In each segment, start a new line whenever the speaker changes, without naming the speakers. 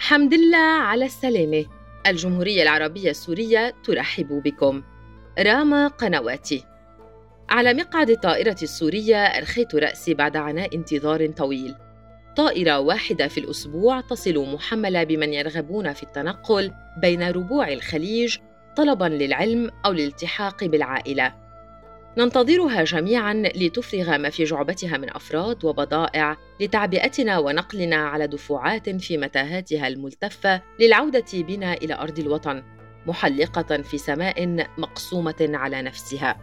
حمد الله على السلامة. الجمهورية العربية السورية ترحب بكم. راما قنواتي. على مقعد الطائرة السورية أرخيت رأسي بعد عناء انتظار طويل. طائرة واحدة في الأسبوع تصل محملة بمن يرغبون في التنقل بين ربوع الخليج طلباً للعلم أو الالتحاق بالعائلة. ننتظرها جميعاً لتفرغ ما في جعبتها من أفراد وبضائع لتعبئتنا ونقلنا على دفعات في متاهاتها الملتفة للعودة بنا إلى أرض الوطن، محلقة في سماء مقسومة على نفسها.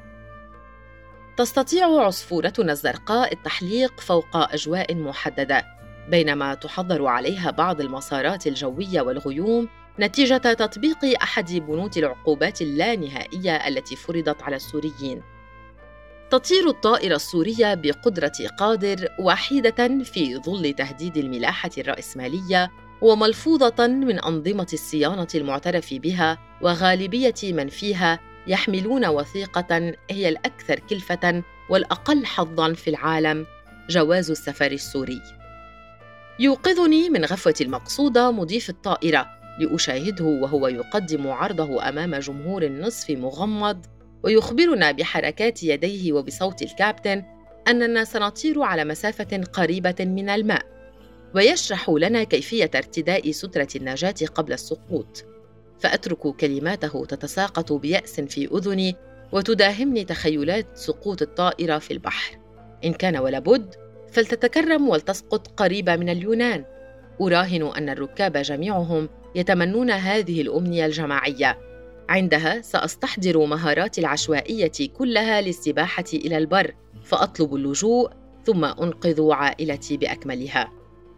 تستطيع عصفورتنا الزرقاء التحليق فوق أجواء محددة، بينما تحضر عليها بعض المسارات الجوية والغيوم نتيجة تطبيق أحد بنود العقوبات اللانهائية التي فرضت على السوريين. تطير الطائرة السورية بقدرة قادر وحيدة في ظل تهديد الملاحة الرأسمالية، وملفوظة من أنظمة الصيانة المعترف بها، وغالبية من فيها يحملون وثيقة هي الأكثر كلفة والأقل حظاً في العالم: جواز السفر السوري. يوقظني من غفوة المقصودة مضيف الطائرة لأشاهده وهو يقدم عرضه أمام جمهور النصف مغمض، ويخبرنا بحركات يديه وبصوت الكابتن أننا سنطير على مسافة قريبة من الماء، ويشرح لنا كيفية ارتداء سترة النجاة قبل السقوط. فأترك كلماته تتساقط بيأس في أذني، وتداهمني تخيلات سقوط الطائرة في البحر. إن كان ولا بد فلتتكرم ولتسقط قريبة من اليونان. أراهن أن الركاب جميعهم يتمنون هذه الأمنية الجماعية. عندها سأستحضر مهاراتي العشوائية كلها للسباحة إلى البر، فأطلب اللجوء ثم أنقذ عائلتي بأكملها.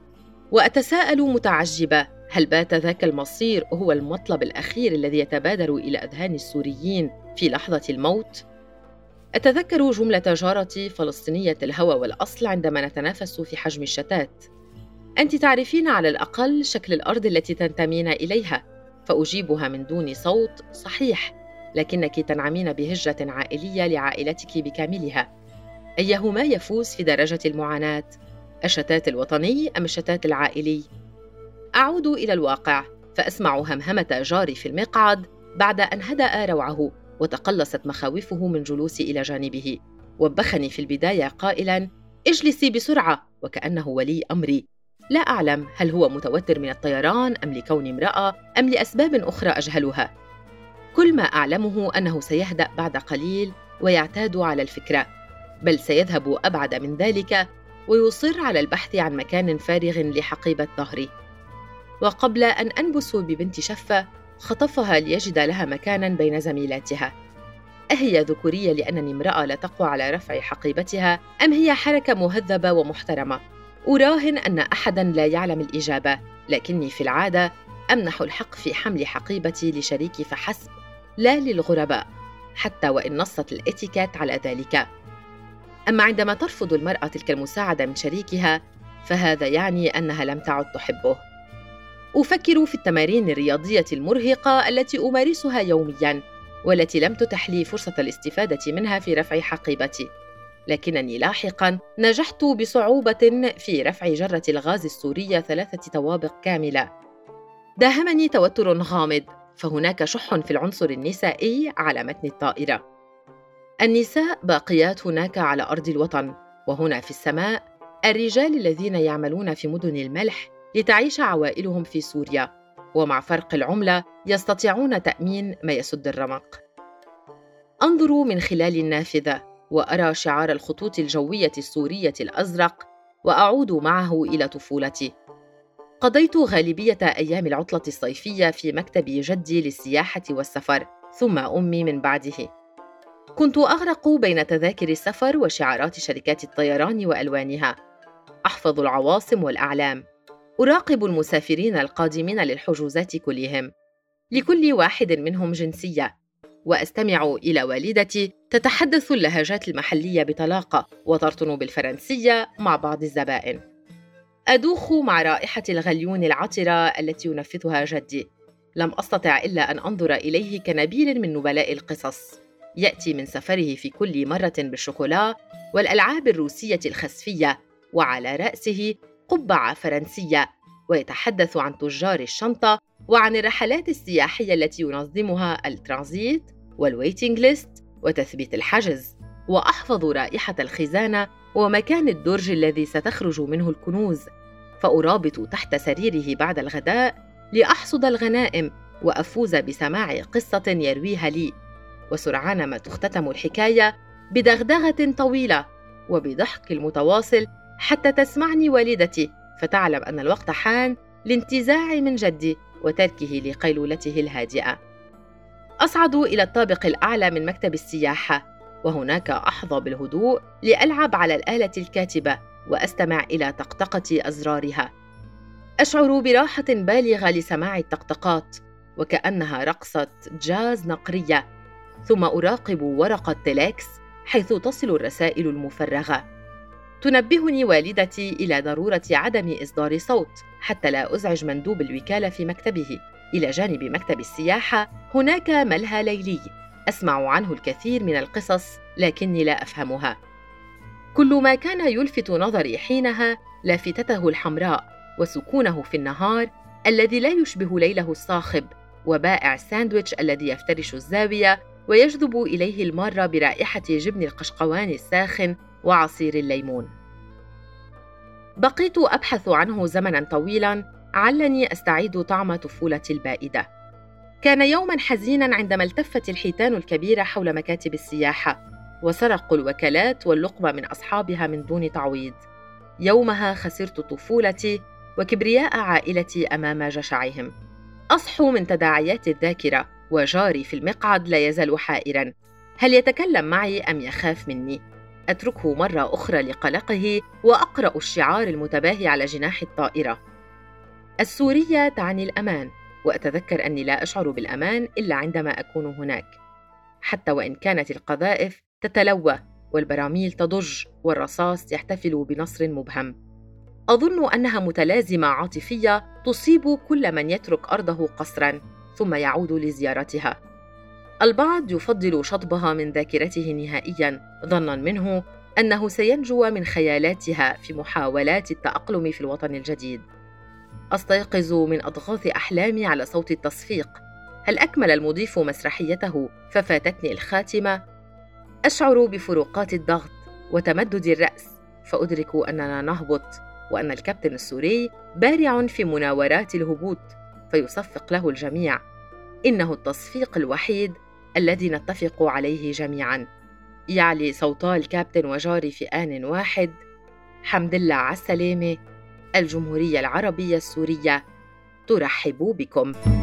وأتساءل متعجبة: هل بات ذاك المصير هو المطلب الأخير الذي يتبادر إلى أذهان السوريين في لحظة الموت؟ أتذكر جملة جارتي فلسطينية الهوى والأصل عندما نتنافس في حجم الشتات: أنت تعرفين على الأقل شكل الأرض التي تنتمين إليها. فأجيبها من دون صوت: صحيح، لكنك تنعمين بهجة عائلية لعائلتك بكاملها. أيهما يفوز في درجة المعاناة؟ الشتات الوطني أم الشتات العائلي؟ أعود إلى الواقع فأسمع همهمة جاري في المقعد بعد أن هدأ روعه وتقلصت مخاوفه من جلوسي إلى جانبه. وبخني في البداية قائلاً: اجلسي بسرعة، وكأنه ولي أمري. لا أعلم هل هو متوتر من الطيران أم لكوني امرأة أم لأسباب أخرى أجهلها. كل ما أعلمه أنه سيهدأ بعد قليل ويعتاد على الفكرة، بل سيذهب أبعد من ذلك ويصر على البحث عن مكان فارغ لحقيبة ظهري. وقبل أن أنبس ببنت شفة خطفها ليجد لها مكاناً بين زميلاتها. أهي ذكورية لأنني امرأة لا تقوى على رفع حقيبتها، أم هي حركة مهذبة ومحترمة؟ أراهن أن أحداً لا يعلم الإجابة، لكني في العادة أمنح الحق في حمل حقيبتي لشريكي فحسب، لا للغرباء، حتى وإن نصت الإتيكيت على ذلك. أما عندما ترفض المرأة تلك المساعدة من شريكها فهذا يعني أنها لم تعد تحبه. أفكر في التمارين الرياضية المرهقة التي أمارسها يومياً، والتي لم تتح لي فرصة الاستفادة منها في رفع حقيبتي، لكنني لاحقاً نجحت بصعوبة في رفع جرة الغاز السورية 3 طوابق كاملة. داهمني توتر غامض، فهناك شح في العنصر النسائي على متن الطائرة. النساء باقيات هناك على أرض الوطن، وهنا في السماء الرجال الذين يعملون في مدن الملح لتعيش عوائلهم في سوريا، ومع فرق العملة يستطيعون تأمين ما يسد الرمق. أنظر من خلال النافذة وأرى شعار الخطوط الجوية السورية الأزرق، وأعود معه إلى طفولتي. قضيت غالبية أيام العطلة الصيفية في مكتب جدي للسياحة والسفر، ثم أمي من بعده. كنت أغرق بين تذاكر السفر وشعارات شركات الطيران وألوانها، أحفظ العواصم والأعلام، أراقب المسافرين القادمين للحجوزات كلهم، لكل واحد منهم جنسية، وأستمع إلى والدتي تتحدث اللهجات المحلية بطلاقة وترطن بالفرنسية مع بعض الزبائن. أدوخ مع رائحة الغليون العطرة التي ينفذها جدي. لم أستطع إلا أن أنظر إليه كنبيل من نبلاء القصص، يأتي من سفره في كل مرة بالشوكولا والألعاب الروسية الخسفية، وعلى رأسه قبعة فرنسية ويتحدث عن تجار الشنطة وعن الرحلات السياحية التي ينظمها الترانزيت والويتينج ليست وتثبيت الحجز. وأحفظ رائحة الخزانة ومكان الدرج الذي ستخرج منه الكنوز، فأرابط تحت سريره بعد الغداء لأحصد الغنائم وأفوز بسماع قصة يرويها لي. وسرعان ما تختتم الحكاية بدغدغة طويلة وبضحك المتواصل حتى تسمعني والدتي فتعلم أن الوقت حان لانتزاعي من جدي وتركه لقيلولته الهادئة. أصعد إلى الطابق الأعلى من مكتب السياحة، وهناك أحظى بالهدوء لألعب على الآلة الكاتبة وأستمع إلى طقطقة أزرارها. أشعر براحة بالغة لسماع الطقطقات وكأنها رقصة جاز نقرية، ثم أراقب ورقة تيليكس حيث تصل الرسائل المفرغة. تنبهني والدتي إلى ضرورة عدم إصدار صوت حتى لا أزعج مندوب الوكالة في مكتبه. إلى جانب مكتب السياحة هناك ملهى ليلي أسمع عنه الكثير من القصص لكني لا أفهمها. كل ما كان يلفت نظري حينها لافتته الحمراء وسكونه في النهار الذي لا يشبه ليله الصاخب، وبائع الساندويتش الذي يفترش الزاوية ويجذب إليه المارة برائحة جبن القشقوان الساخن وعصير الليمون. بقيت أبحث عنه زمناً طويلاً علني أستعيد طعم طفولتي البائدة. كان يوماً حزيناً عندما التفت الحيتان الكبيرة حول مكاتب السياحة وسرقوا الوكالات واللقمة من أصحابها من دون تعويض. يومها خسرت طفولتي وكبرياء عائلتي أمام جشعهم. أصحو من تداعيات الذاكرة وجاري في المقعد لا يزال حائراً، هل يتكلم معي أم يخاف مني؟ أتركه مرة أخرى لقلقه وأقرأ الشعار المتباهي على جناح الطائرة: السورية تعني الأمان، وأتذكر أني لا أشعر بالأمان إلا عندما أكون هناك، حتى وإن كانت القذائف تتلوى والبراميل تضج والرصاص يحتفل بنصر مبهم. أظن أنها متلازمة عاطفية تصيب كل من يترك أرضه قسراً ثم يعود لزيارتها. البعض يفضل شطبها من ذاكرته نهائياً ظناً منه أنه سينجو من خيالاتها في محاولات التأقلم في الوطن الجديد. أستيقظ من أضغاث أحلامي على صوت التصفيق. هل أكمل المضيف مسرحيته ففاتتني الخاتمة؟ أشعر بفروقات الضغط وتمدد الرأس، فأدرك أننا نهبط وأن الكابتن السوري بارع في مناورات الهبوط فيصفق له الجميع. إنه التصفيق الوحيد الذي نتفق عليه جميعاً. يعلي صوتا الكابتن وجاري في آن واحد: حمد الله على السلامة، الجمهورية العربية السورية ترحب بكم.